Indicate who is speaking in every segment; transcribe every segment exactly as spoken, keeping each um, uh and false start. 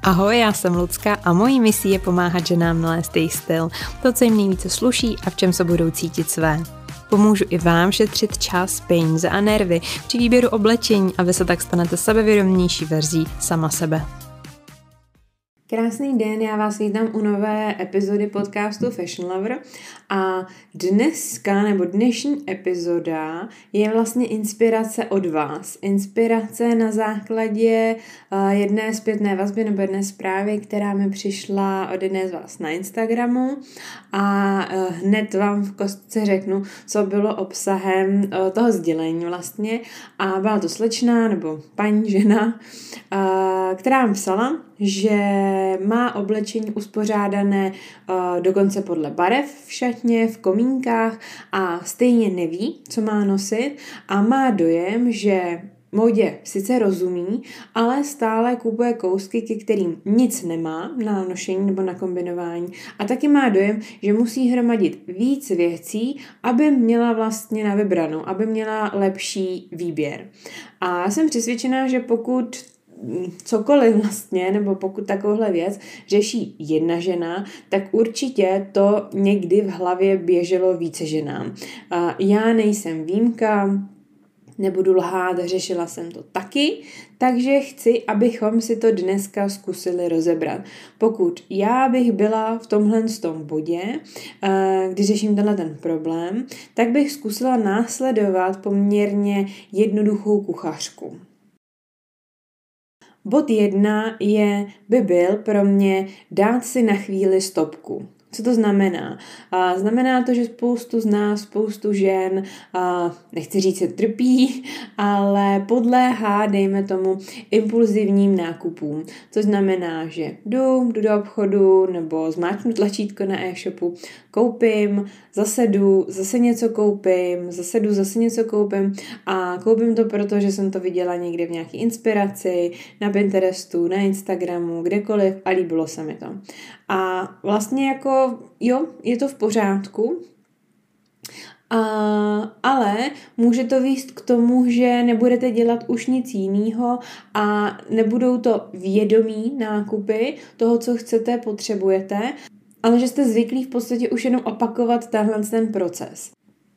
Speaker 1: Ahoj, já jsem Lucka a mojí misí je pomáhat ženám nalézt jejich styl, to, co jim nejvíce sluší a v čem se budou cítit své. Pomůžu i vám šetřit čas, peníze a nervy při výběru oblečení a vy se tak stanete sebevědomější verzí sama sebe. Krásný den, já vás vítám u nové epizody podcastu Fashion Lover a dneska nebo dnešní epizoda je vlastně inspirace od vás. Inspirace na základě uh, jedné zpětné vazby nebo jedné zprávy, která mi přišla od jedné z vás na Instagramu a uh, hned vám v kostce řeknu, co bylo obsahem uh, toho sdělení vlastně a byla to slečna nebo paní žena, uh, která mi psala, že má oblečení uspořádané uh, dokonce podle barev v šatně, v komínkách a stejně neví, co má nosit a má dojem, že módě sice rozumí, ale stále kupuje kousky, ke kterým nic nemá na nošení nebo na kombinování a taky má dojem, že musí hromadit víc věcí, aby měla vlastně na vybranou, aby měla lepší výběr. A já jsem přesvědčená, že pokud cokoliv vlastně, nebo pokud takovouhle věc řeší jedna žena, tak určitě to někdy v hlavě běželo více ženám. Já nejsem výjimka, nebudu lhát, řešila jsem to taky, takže chci, abychom si to dneska zkusili rozebrat. Pokud já bych byla v tomhle tom bodě, když řeším tenhle ten problém, tak bych zkusila následovat poměrně jednoduchou kuchařku. Bod jedna je, by byl pro mě dát si na chvíli stopku. Co to znamená? A znamená to, že spoustu z nás, spoustu žen, a nechci říct, se trpí, ale podléhá, dejme tomu, impulzivním nákupům. To znamená, že jdu, jdu do obchodu nebo zmáčknu tlačítko na e-shopu, koupím, zase jdu, zase něco koupím, zase jdu, zase něco koupím a koupím to proto, že jsem to viděla někde v nějaké inspiraci, na Pinterestu, na Instagramu, kdekoliv a líbilo se mi to. A vlastně jako, jo, je to v pořádku, a, ale může to vést k tomu, že nebudete dělat už nic jiného a nebudou to vědomí nákupy toho, co chcete, potřebujete, ale že jste zvyklí v podstatě už jenom opakovat tenhle ten proces.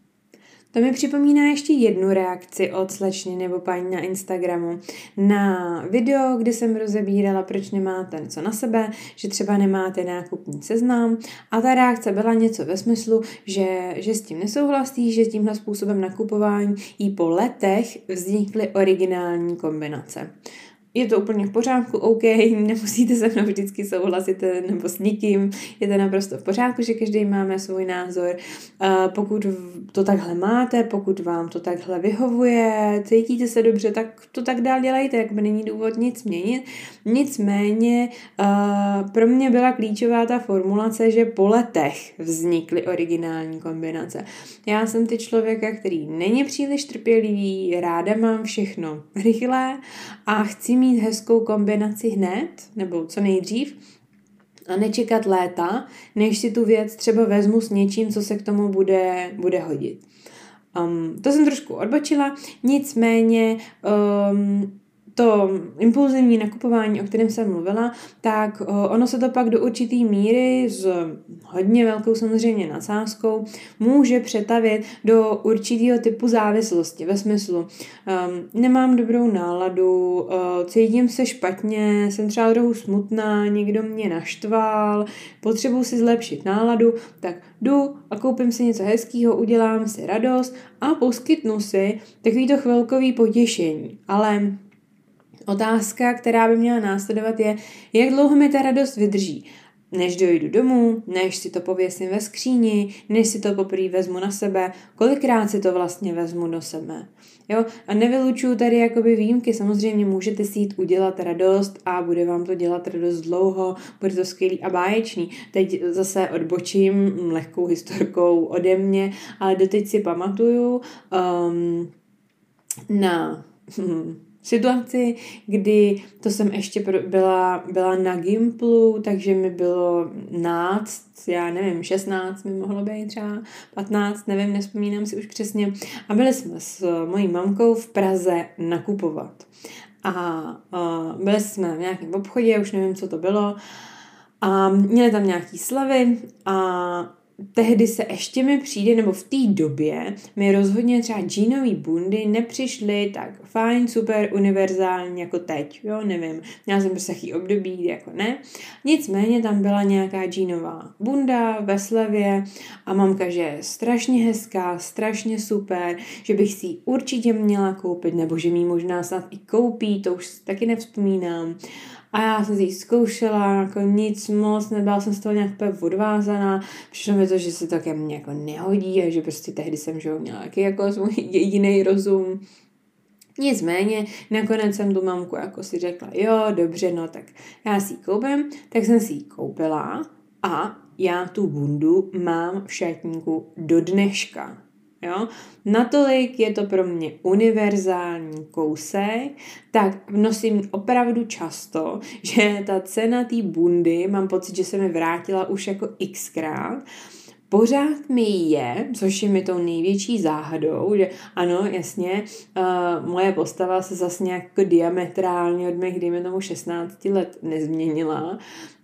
Speaker 1: To mi připomíná ještě jednu reakci od slečny nebo paní na Instagramu na video, kde jsem rozebírala, proč nemáte něco na sebe, že třeba nemáte nákupní seznam a ta reakce byla něco ve smyslu, že, že s tím nesouhlasí, že tímhle způsobem nakupování jí po letech vznikly originální kombinace. Je to úplně v pořádku, OK, nemusíte se mnou vždycky souhlasit nebo s nikým, je to naprosto v pořádku, že každý máme svůj názor. Pokud to takhle máte, pokud vám to takhle vyhovuje, cítíte se dobře, tak to tak dál dělejte, jakby není důvod nic měnit. Nicméně pro mě byla klíčová ta formulace, že po letech vznikly originální kombinace. Já jsem ty člověka, který není příliš trpělivý, ráda mám všechno rychlé a chci mít hezkou kombinaci hned, nebo co nejdřív, a nečekat léta, než si tu věc třeba vezmu s něčím, co se k tomu bude, bude hodit. Um, to jsem trošku odbočila, nicméně um, to impulzivní nakupování, o kterém jsem mluvila, tak ono se to pak do určitý míry s hodně velkou samozřejmě nadsázkou může přetavit do určitého typu závislosti. Ve smyslu, um, nemám dobrou náladu, uh, cítím se špatně, jsem třeba trochu smutná, někdo mě naštval, potřebuji si zlepšit náladu, tak jdu a koupím si něco hezkého, udělám si radost a poskytnu si takovýto chvilkový potěšení. Ale otázka, která by měla následovat, je, jak dlouho mi ta radost vydrží. Než dojdu domů, než si to pověsím ve skříni, než si to poprvé vezmu na sebe, kolikrát si to vlastně vezmu do sebe. Jo? A nevylučuju tady jakoby výjimky, samozřejmě můžete si jít udělat radost a bude vám to dělat radost dlouho, bude to skvělý a báječný. Teď zase odbočím lehkou historkou ode mě, ale doteď si pamatuju um, na... Hmm, situaci, kdy to jsem ještě byla, byla na Gimplu, takže mi bylo náct, já nevím, šestnáct mi mohlo být třeba, patnáct, nevím, nespomínám si už přesně. A byli jsme s mojí mamkou v Praze nakupovat. a, a byli jsme v nějakém obchodě, už nevím, co to bylo, a měli tam nějaký slevy a tehdy se ještě mi přijde, nebo v té době mi rozhodně třeba džínový bundy nepřišly tak fajn, super, univerzální jako teď, jo, nevím, měla jsem prostě takový období, jako ne. Nicméně tam byla nějaká džínová bunda ve slevě a mamka, že je strašně hezká, strašně super, že bych si ji určitě měla koupit, nebo že mi ji možná snad i koupí, to už taky nevzpomínám. A já jsem si ji zkoušela, jako nic moc, nebyla jsem z toho nějak odvázaná, přišlo mi to, že se to ke mně jako nehodí a že prostě tehdy jsem že měla taky jako svůj jediný rozum. Nicméně, nakonec jsem tu mamku jako si řekla, jo, dobře, no tak já si ji koupím, tak jsem si ji koupila a já tu bundu mám v šatníku do dneška. Jo? Natolik je to pro mě univerzální kousek, tak nosím opravdu často, že ta cena té bundy, mám pocit, že se mi vrátila už jako xkrát, pořád mi je, což je mi tou největší záhadou, že ano, jasně, uh, moje postava se zase nějak jako diametrálně od mých, dejme tomu, šestnácti let nezměnila.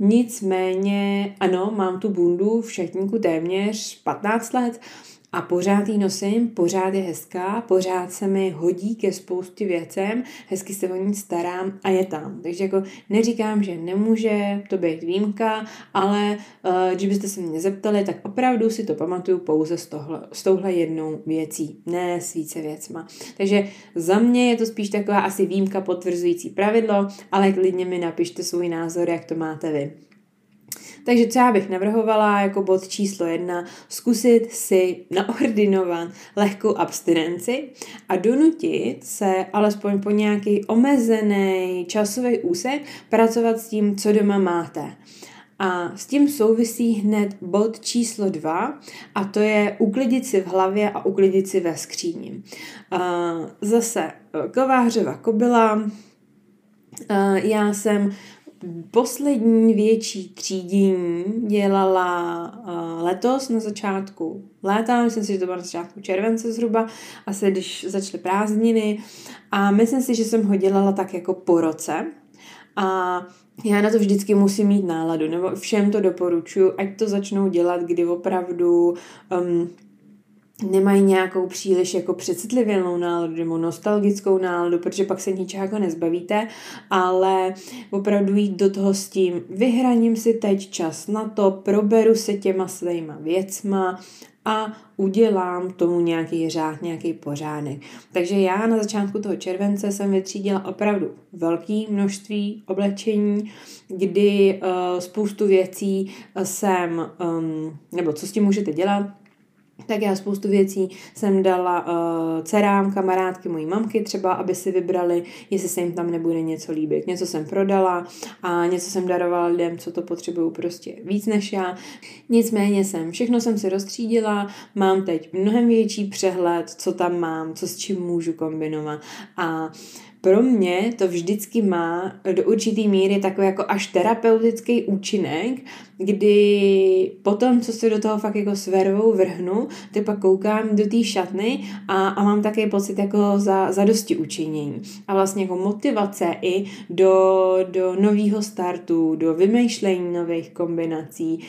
Speaker 1: Nicméně, ano, mám tu bundu v šatníku téměř patnáct let, a pořád ji nosím, pořád je hezká, pořád se mi hodí ke spoustě věcem, hezky se o ní starám a je tam. Takže jako neříkám, že nemůže to být výjimka, ale uh, když byste se mě zeptali, tak opravdu si to pamatuju pouze s, tohle, s touhle jednou věcí, ne s více věcma. Takže za mě je to spíš taková asi výjimka potvrzující pravidlo, ale klidně mi napište svůj názor, jak to máte vy. Takže co já bych navrhovala jako bod číslo jedna, zkusit si naordinovat lehkou abstinenci a donutit se alespoň po nějaký omezený časový úsek pracovat s tím, co doma máte. A s tím souvisí hned bod číslo dva a to je uklidit si v hlavě a uklidit si ve skříni. Zase kovářova kobyla, já jsem poslední větší třídění dělala uh, letos na začátku léta, myslím si, že to bylo na začátku července zhruba, asi když začaly prázdniny a myslím si, že jsem ho dělala tak jako po roce a já na to vždycky musím mít náladu, nebo všem to doporučuji, ať to začnou dělat, kdy opravdu um, nemají nějakou příliš jako přecitlivělnou náladu nebo nostalgickou náladu, protože pak se ničeho jako nezbavíte, ale opravdu jít do toho s tím, vyhraním si teď čas na to, proberu se těma svýma věcma a udělám tomu nějaký řád, nějaký pořádek. Takže já na začátku toho července jsem vytřídila opravdu velké množství oblečení, kdy uh, spoustu věcí jsem, um, nebo co s tím můžete dělat, tak já spoustu věcí jsem dala uh, dcerám, kamarádky mojí mamky třeba, aby si vybrali, jestli se jim tam nebude něco líbit. Něco jsem prodala a něco jsem darovala lidem, co to potřebují prostě víc než já. Nicméně jsem, všechno jsem si rozstřídila, mám teď mnohem větší přehled, co tam mám, co s čím můžu kombinovat a pro mě to vždycky má do určitý míry takový jako až terapeutický účinek, kdy potom, co se do toho fakt jako s vervou vrhnu, ty pak koukám do té šatny a, a mám takový pocit jako za, za dosti učinění. A vlastně jako motivace i do, do nového startu, do vymýšlení nových kombinací.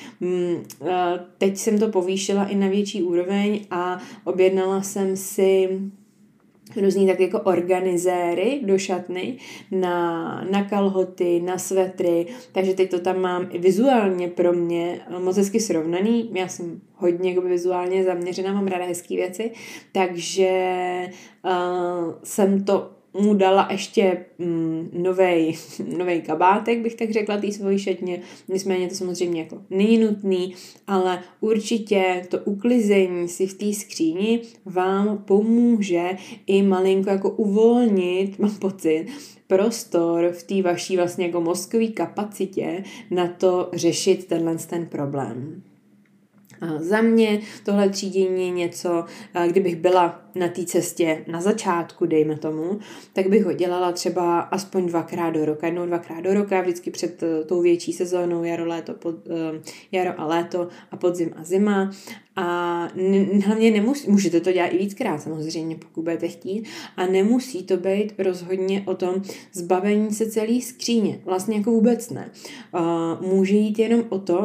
Speaker 1: Teď jsem to povýšila i na větší úroveň a objednala jsem si různý tak jako organizéry do šatny na, na kalhoty, na svetry, takže teď to tam mám i vizuálně pro mě moc hezky srovnaný. Já jsem hodně jako vizuálně zaměřená, mám ráda hezký věci, takže uh, jsem to mu dala ještě mm, novej, novej kabátek, bych tak řekla, tý svojí šatně. Nicméně to samozřejmě jako není nutný, ale určitě to uklizení si v té skříni vám pomůže i malinko jako uvolnit, mám pocit, prostor v té vaší vlastně jako mozkové kapacitě na to řešit tenhle ten problém. A za mě tohle třídění je něco, kdybych byla na té cestě na začátku, dejme tomu, tak bych ho dělala třeba aspoň dvakrát do roka, jednou dvakrát do roka, vždycky před tou větší sezónou, jaro, léto, pod, jaro a léto a podzim a zima. A n- hlavně nemusí, můžete to dělat i víckrát samozřejmě, pokud budete chtít, a nemusí to být rozhodně o tom zbavení se celý skříně. Vlastně jako vůbec ne. Uh, může jít jenom o to,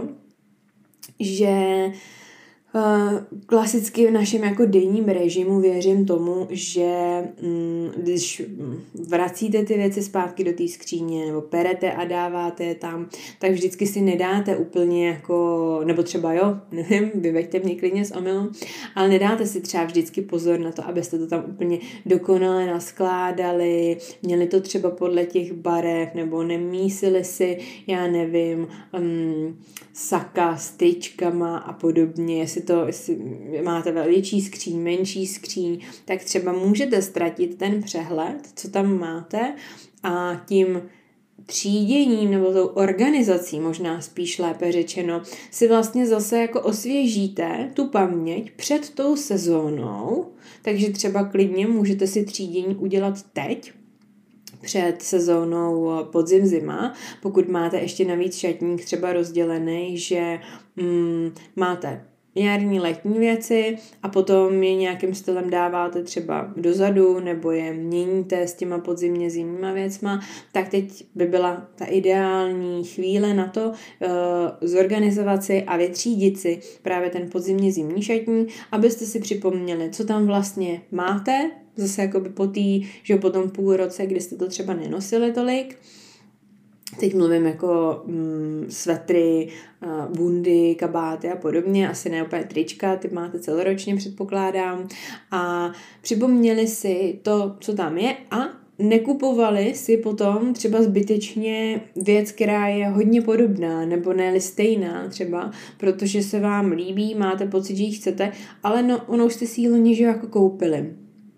Speaker 1: že Uh, klasicky v našem jako denním režimu věřím tomu, že mm, když vracíte ty věci zpátky do té skříně nebo perete a dáváte je tam, tak vždycky si nedáte úplně jako, nebo třeba jo, nevím, vyveďte mě klidně z omylu, ale nedáte si třeba vždycky pozor na to, abyste to tam úplně dokonale naskládali, měli to třeba podle těch barev, nebo nemísili si, já nevím, um, saka s tyčkama a podobně, jestli to, jestli máte větší skříň, menší skříň, tak třeba můžete ztratit ten přehled, co tam máte, a tím tříděním nebo tou organizací, možná spíš lépe řečeno, si vlastně zase jako osvěžíte tu paměť před tou sezónou, takže třeba klidně můžete si třídění udělat teď, před sezónou podzim zima, pokud máte ještě navíc šatník třeba rozdělený, že mm, máte jarní letní věci a potom je nějakým stylem dáváte třeba dozadu nebo je měníte s těma podzimně zimníma věcma, tak teď by byla ta ideální chvíle na to uh, zorganizovat si a vytřídit si právě ten podzimně zimní šatník, abyste si připomněli, co tam vlastně máte, zase jakoby po tý, že po tom půl roce, kdy jste to třeba nenosili tolik. Teď mluvím jako mm, svetry, uh, bundy, kabáty a podobně, asi ne úplně trička, ty máte celoročně, předpokládám. A připomněli si to, co tam je, a nekupovali si potom třeba zbytečně věc, která je hodně podobná, nebo ne stejná třeba, protože se vám líbí, máte pocit, že ji chcete, ale no, ono už jste si ji loni, že jako koupili.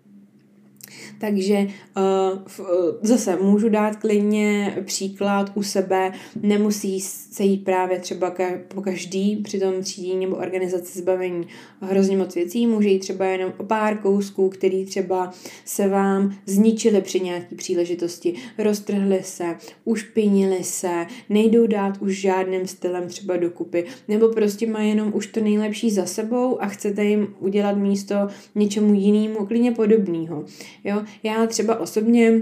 Speaker 1: Takže uh, f, uh, zase můžu dát klidně příklad u sebe, nemusí se jít právě třeba ka- po každý při tom třídění nebo organizaci zbavení hrozně moc věcí, může jít třeba jenom o pár kousků, který třeba se vám zničily při nějaký příležitosti, roztrhly se, ušpinily se, nejdou dát už žádným stylem třeba dokupy, nebo prostě mají jenom už to nejlepší za sebou a chcete jim udělat místo něčemu jinému, klidně podobného. Jo? Já třeba osobně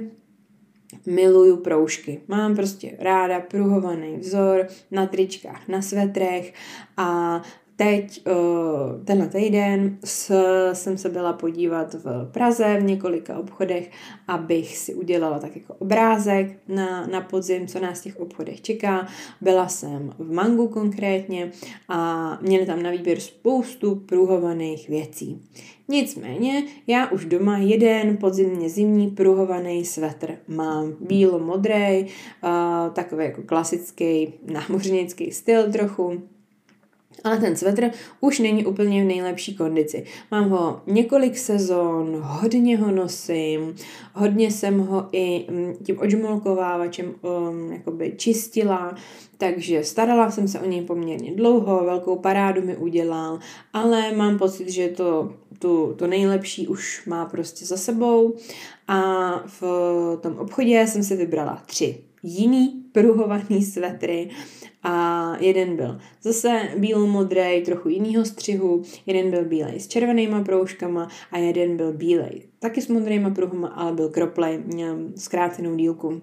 Speaker 1: miluju proužky. Mám prostě ráda pruhovaný vzor na tričkách, na svetrech a teď tenhle týden jsem se byla podívat v Praze v několika obchodech, abych si udělala tak jako obrázek na, na podzim, co nás v těch obchodech čeká. Byla jsem v Mangu konkrétně a měli tam na výběr spoustu pruhovaných věcí. Nicméně já už doma jeden podzimně zimní pruhovaný svetr mám, bílo-modrý, takový jako klasický námořnický styl trochu. Ale ten svetr už není úplně v nejlepší kondici. Mám ho několik sezon, hodně ho nosím, hodně jsem ho i tím odžmolkovávačem um, jakoby čistila, takže starala jsem se o něj poměrně dlouho, velkou parádu mi udělal, ale mám pocit, že to, tu, to nejlepší už má prostě za sebou a v tom obchodě jsem si vybrala tři jiný pruhovaný svetry a jeden byl zase bílo-modrý, trochu jinýho střihu, jeden byl bílej s červenýma proužkama a jeden byl bílej taky s modrýma pruhama, ale byl kroplej, měl zkrácenou dílku.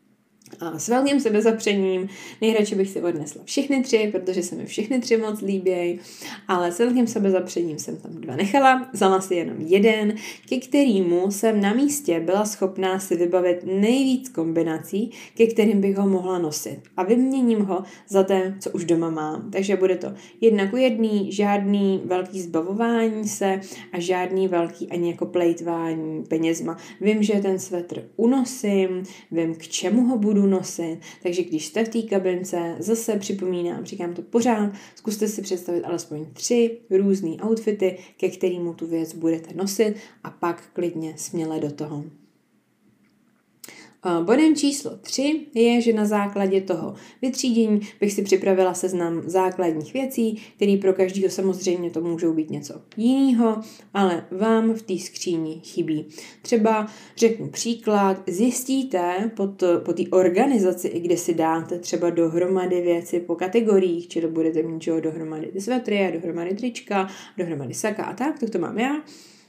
Speaker 1: A s velkým sebezapřením nejradši bych si odnesla všechny tři, protože se mi všechny tři moc líbějí, ale s velkým sebezapřením jsem tam dva nechala, vzala si jenom jeden, ke kterému jsem na místě byla schopná si vybavit nejvíc kombinací, ke kterým bych ho mohla nosit. A vyměním ho za ten, co už doma mám. Takže bude to jedna ku jedný, žádný velký zbavování se a žádný velký ani jako plejtvání penězma. Vím, že ten svetr unosím, vím, k čemu ho budu nosit, takže když jste v té kabince, zase připomínám, říkám to pořád, zkuste si představit alespoň tři různé outfity, ke kterému tu věc budete nosit a pak klidně směle do toho. Bodem číslo tři je, že na základě toho vytřídění bych si připravila seznam základních věcí, které pro každého samozřejmě to můžou být něco jiného, ale vám v té skříni chybí. Třeba řeknu příklad, zjistíte po, to, po té organizaci, i kde si dáte třeba dohromady věci po kategoriích, čili budete mít čo, dohromady ty svetry a dohromady trička, dohromady saka a tak, to to mám já.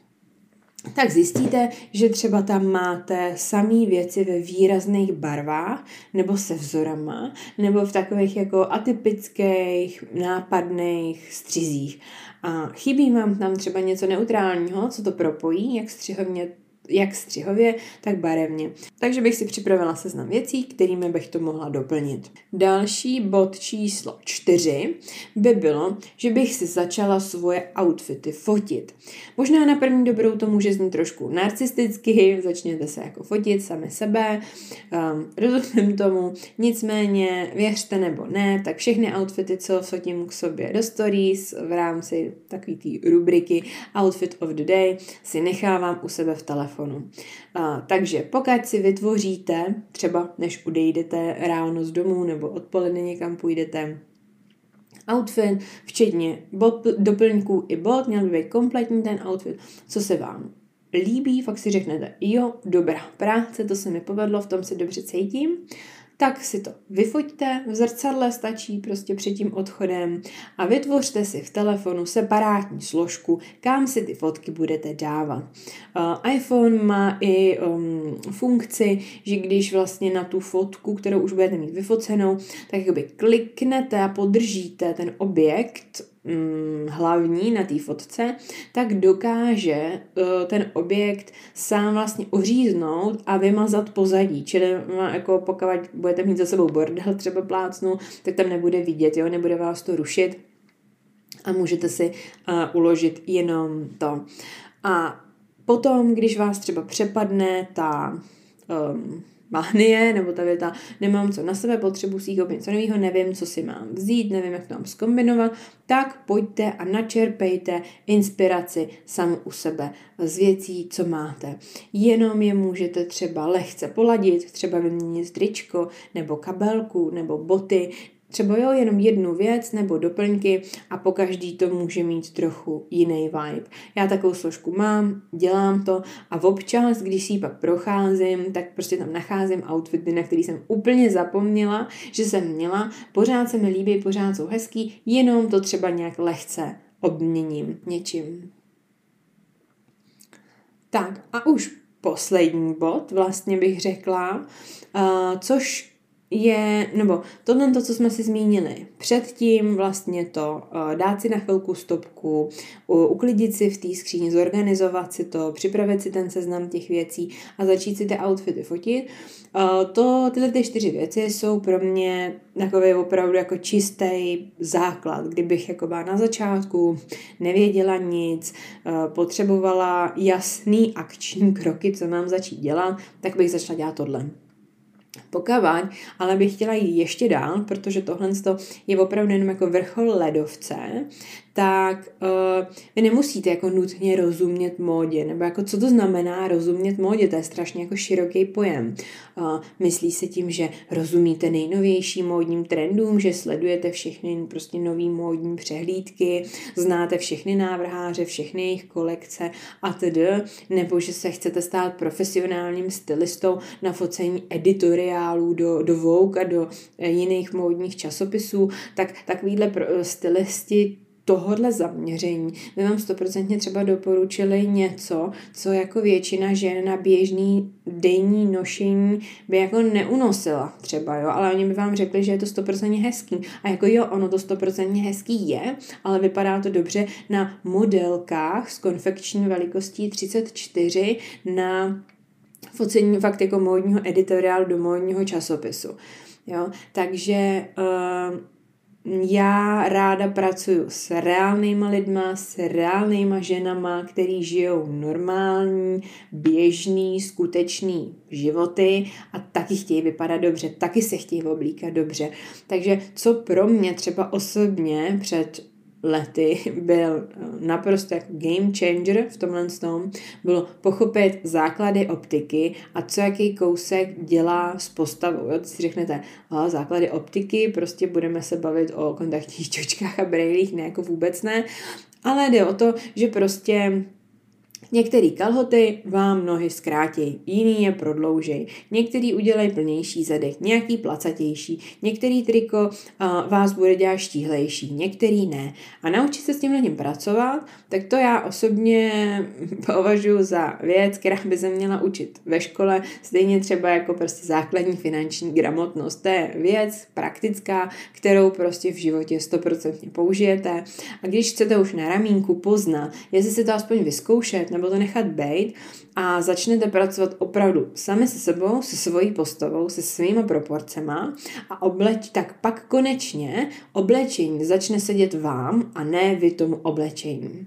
Speaker 1: Tak zjistíte, že třeba tam máte samý věci ve výrazných barvách, nebo se vzorama, nebo v takových jako atypických, nápadných střizích. A chybí vám tam třeba něco neutrálního, co to propojí, jak střihovně jak střihově, tak barevně. Takže bych si připravila seznam věcí, kterými bych to mohla doplnit. Další bod číslo čtyři by bylo, že bych si začala svoje outfity fotit. Možná na první dobrou to může znít trošku narcisticky, začněte se jako fotit sami sebe, um, rozumím tomu, nicméně věřte nebo ne, tak všechny outfity, co fotím k sobě do stories v rámci takové té rubriky Outfit of the Day, si nechávám u sebe v telefonu. A, takže pokud si vytvoříte, třeba než odejdete ráno z domu nebo odpoledne někam půjdete, outfit, včetně bot, doplňků i bot, měl by být kompletní ten outfit, co se vám líbí, fakt si řeknete, jo, dobrá práce, to se mi povedlo, v tom se dobře cítím, tak si to vyfoťte, v zrcadle stačí prostě před tím odchodem a vytvořte si v telefonu separátní složku, kam si ty fotky budete dávat. Uh, iPhone má i um, funkci, že když vlastně na tu fotku, kterou už budete mít vyfocenou, tak jakoby kliknete a podržíte ten objekt mm, hlavní na té fotce, tak dokáže uh, ten objekt sám vlastně oříznout a vymazat pozadí. Čili jako pokud budete mít za sebou bordel, třeba plácnu, tak tam nebude vidět, jo? Nebude vás to rušit a můžete si uh, uložit jenom to. A potom, když vás třeba přepadne ta um, manie, nebo ta věta, nemám co na sebe, potřebuji si koupit něco nového, nevím, co si mám vzít, nevím, jak to mám zkombinovat, tak pojďte a načerpejte inspiraci sami u sebe z věcí, co máte. Jenom je můžete třeba lehce poladit, třeba vyměnit tričko, nebo kabelku, nebo boty, třeba jo, jenom jednu věc nebo doplňky a po každý to může mít trochu jiný vibe. Já takovou složku mám, dělám to a občas, když si ji pak procházím, tak prostě tam nacházím outfity, na který jsem úplně zapomněla, že jsem měla, pořád se mi líbí, pořád jsou hezký, jenom to třeba nějak lehce obměním něčím. Tak a už poslední bod, vlastně bych řekla, uh, což je, nebo tohle to, co jsme si zmínili předtím, vlastně to uh, dát si na chvilku stopku, uh, uklidit si v té skříni, zorganizovat si to, připravit si ten seznam těch věcí a začít si ty outfity fotit. Uh, to, tyhle ty čtyři věci jsou pro mě takový opravdu jako čistý základ. Kdybych jako byla na začátku, nevěděla nic, uh, potřebovala jasný akční kroky, co mám začít dělat, tak bych začala dělat tohle. Pokud, ale bych chtěla jít ještě dál, protože tohle je opravdu jenom jako vrchol ledovce, tak uh, vy nemusíte jako nutně rozumět módě, nebo jako co to znamená rozumět módě, to je strašně jako široký pojem. Uh, myslí se tím, že rozumíte nejnovějším módním trendům, že sledujete všechny prostě nový módní přehlídky, znáte všechny návrháře, všechny jejich kolekce a tedy, nebo že se chcete stát profesionálním stylistou na focení editoriálů do, do Vogue a do jiných módních časopisů, tak takovýhle stylisti tohodle zaměření by vám stoprocentně třeba doporučili něco, co jako většina žen na běžný denní nošení by jako neunosila třeba, jo, ale oni by vám řekli, že je to stoprocentně hezký. A jako jo, ono to stoprocentně hezký je, ale vypadá to dobře na modelkách s konfekční velikostí třicet čtyři na focení fakt jako módního editoriálu do módního časopisu. Jo, takže uh, já ráda pracuju s reálnýma lidma, s reálnýma ženama, který žijou normální, běžný, skutečný životy a taky chtějí vypadat dobře, taky se chtějí oblíkat dobře. Takže co pro mě třeba osobně před lety byl naprosto jako game changer v tomhle tom, bylo pochopit základy optiky a co jaký kousek dělá s postavou. Jo? Si řeknete, aha, základy optiky, prostě budeme se bavit o kontaktních čočkách a brejlích, ne, jako vůbec ne, ale jde o to, že prostě některé kalhoty vám nohy zkrátí, jiný je prodloužej, některý udělají plnější zadek, nějaký placatější, některý triko uh, vás bude dělat štíhlejší, některý ne. A naučit se s tímhle tím pracovat, tak to já osobně považuji za věc, která by se měla učit ve škole, stejně třeba jako prostě základní finanční gramotnost. To je věc praktická, kterou prostě v životě stoprocentně použijete. A když chcete už na ramínku poznat, jestli si to aspoň vyzkoušet, nebo to nechat bejt a začnete pracovat opravdu sami se sebou, se svojí postavou, se svýma proporcema a obleč, tak pak konečně oblečení začne sedět vám a ne vy tomu oblečení.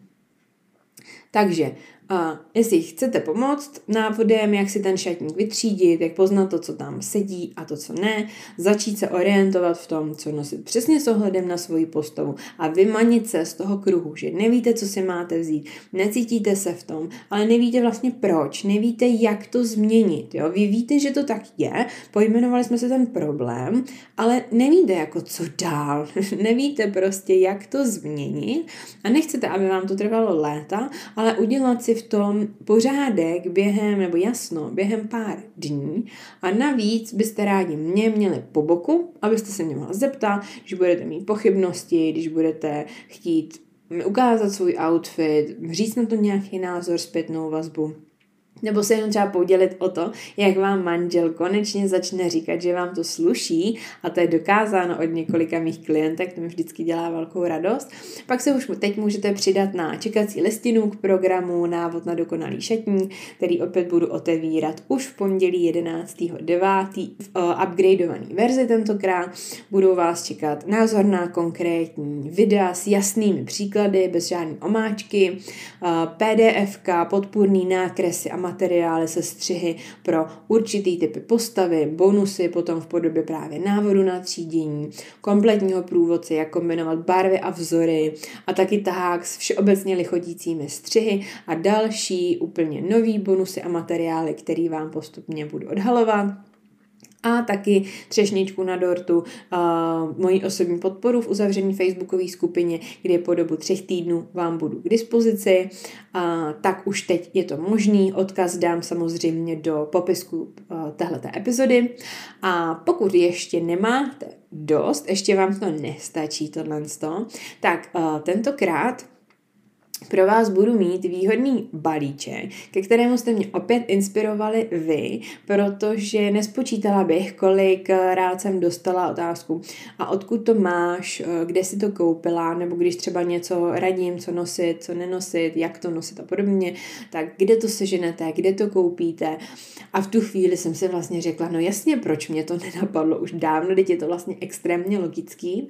Speaker 1: Takže a jestli chcete pomoct návodem, jak si ten šatník vytřídit, jak poznat to, co tam sedí a to, co ne, začít se orientovat v tom, co nosit přesně s ohledem na svoji postavu a vymanit se z toho kruhu, že nevíte, co si máte vzít, necítíte se v tom, ale nevíte vlastně proč, nevíte, jak to změnit. Jo? Vy víte, že to tak je, pojmenovali jsme se ten problém, ale nevíte, jako co dál, nevíte prostě, jak to změnit a nechcete, aby vám to trvalo léta, ale udělat si v tom pořádek během, nebo jasno, během pár dní a navíc byste rádi mě měli po boku, abyste se mě mohla zeptat, když budete mít pochybnosti, když budete chtít ukázat svůj outfit, říct na to nějaký názor, zpětnou vazbu. Nebo se jenom třeba podělit o to, jak vám manžel konečně začne říkat, že vám to sluší a to je dokázáno od několika mých klientek, to mi vždycky dělá velkou radost. Pak se už teď můžete přidat na čekací listinu k programu Návod na dokonalý šatník, který opět budu otevírat už v pondělí jedenáctého devátého v upgradeované verzi tentokrát. Budou vás čekat názorná konkrétní videa s jasnými příklady, bez žádné omáčky, P D F ka, podpůrný nákresy a materiály se střihy pro určitý typy postavy, bonusy potom v podobě právě návodu na třídění, kompletního průvodce, jak kombinovat barvy a vzory a taky tahák s všeobecně lichotícími střihy a další úplně nový bonusy a materiály, který vám postupně budu odhalovat. A taky třešničku na dortu, uh, moji osobní podporu v uzavřené facebookové skupině, kde po dobu třech týdnů vám budu k dispozici. Uh, tak už teď je to možný, odkaz dám samozřejmě do popisku uh, téhleté epizody. A pokud ještě nemáte dost, ještě vám to nestačí tohle, tak uh, tentokrát pro vás budu mít výhodný balíček, ke kterému jste mě opět inspirovali vy, protože nespočítala bych, kolik rád jsem dostala otázku a odkud to máš, kde si to koupila, nebo když třeba něco radím, co nosit, co nenosit, jak to nosit a podobně, tak kde to seženete, kde to koupíte. A v tu chvíli jsem si vlastně řekla, no jasně, proč mě to nenapadlo už dávno, teď je to vlastně extrémně logický.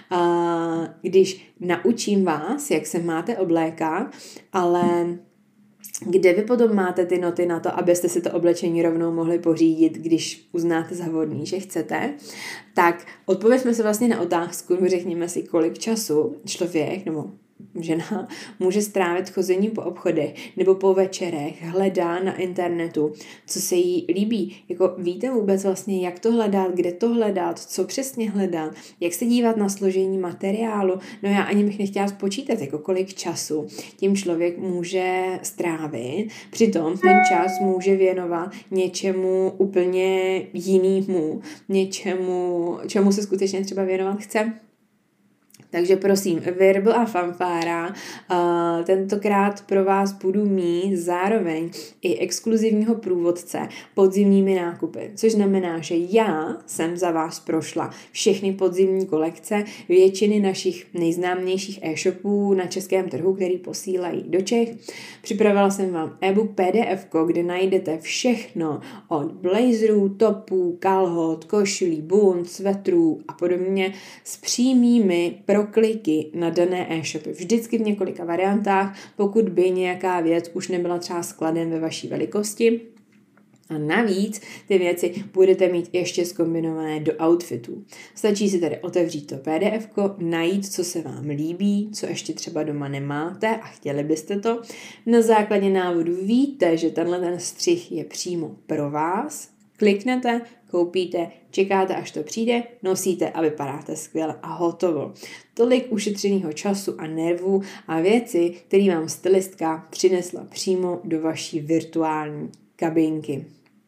Speaker 1: A když naučím vás, jak se máte oblékat, ale kde vy potom máte ty noty na to, abyste si to oblečení rovnou mohli pořídit, když uznáte za vhodný, že chcete, tak odpověďme se vlastně na otázku, řekněme si, kolik času člověk, nebo žena může strávit chozením po obchodech nebo po večerech, hledá na internetu, co se jí líbí. Jako víte vůbec vlastně, jak to hledat, kde to hledat, co přesně hledat, jak se dívat na složení materiálu. No já ani bych nechtěla spočítat, jako kolik času tím člověk může strávit. Přitom ten čas může věnovat něčemu úplně jinému, něčemu, čemu se skutečně třeba věnovat chce. Takže prosím, virbl a fanfára, uh, tentokrát pro vás budu mít zároveň i exkluzivního průvodce podzimními nákupy, což znamená, že já jsem za vás prošla všechny podzimní kolekce většiny našich nejznámějších e-shopů na českém trhu, který posílají do Čech. Připravila jsem vám e-book P D F ko, kde najdete všechno od blazerů, topů, kalhot, košilí, bund, svetrů a podobně s přímými pro kliky na dané e-shopy. Vždycky v několika variantách, pokud by nějaká věc už nebyla třeba skladem ve vaší velikosti. A navíc ty věci budete mít ještě zkombinované do outfitů. Stačí si tady otevřít to P D F ko, najít, co se vám líbí, co ještě třeba doma nemáte a chtěli byste to. Na základě návodu víte, že tenhle ten střih je přímo pro vás. Kliknete, koupíte, čekáte, až to přijde, nosíte a vypadáte skvěle a hotovo. Tolik ušetřeného času a nervů a věci, které vám stylistka přinesla přímo do vaší virtuální kabinky.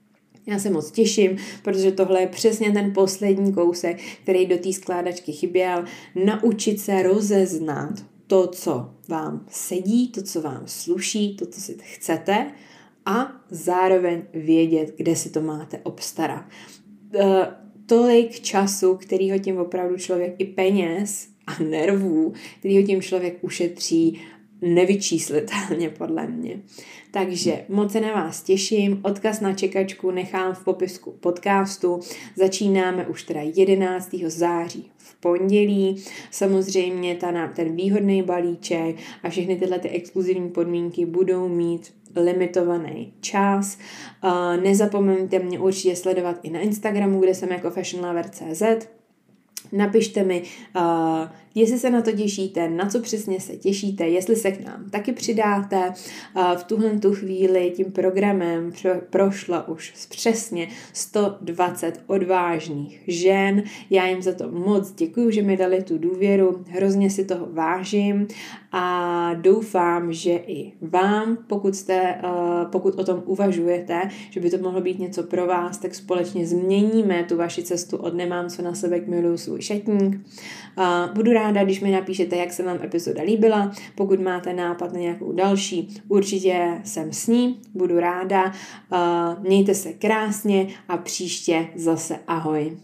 Speaker 1: Já se moc těším, protože tohle je přesně ten poslední kousek, který do té skládačky chyběl. Naučit se rozeznat to, co vám sedí, to, co vám sluší, to, co si chcete a zároveň vědět, kde si to máte obstarat. E, tolik času, kterýho tím opravdu člověk i peněz a nervů, kterýho tím člověk ušetří, nevyčíslitelně podle mě. Takže moc se na vás těším, odkaz na čekačku nechám v popisku podcastu, začínáme už teda jedenáctého září v pondělí, samozřejmě ta, ten výhodný balíček a všechny tyhle ty exkluzivní podmínky budou mít limitovaný čas. Uh, nezapomeňte mě určitě sledovat i na Instagramu, kde jsem jako fashionlover tečka cé zet. Napište mi, uh, jestli se na to těšíte, na co přesně se těšíte, jestli se k nám taky přidáte. Uh, v tuhle tu chvíli tím programem pro, prošlo už přesně sto dvacet odvážných žen. Já jim za to moc děkuju, že mi dali tu důvěru, hrozně si toho vážím a doufám, že i vám, pokud, jste, uh, pokud o tom uvažujete, že by to mohlo být něco pro vás, tak společně změníme tu vaši cestu od nemám co na sebe k miluju svůj šatník. Uh, budu ráda, když mi napíšete, jak se vám epizoda líbila. Pokud máte nápad na nějakou další, určitě jsem s ní, budu ráda. Uh, mějte se krásně a příště zase ahoj.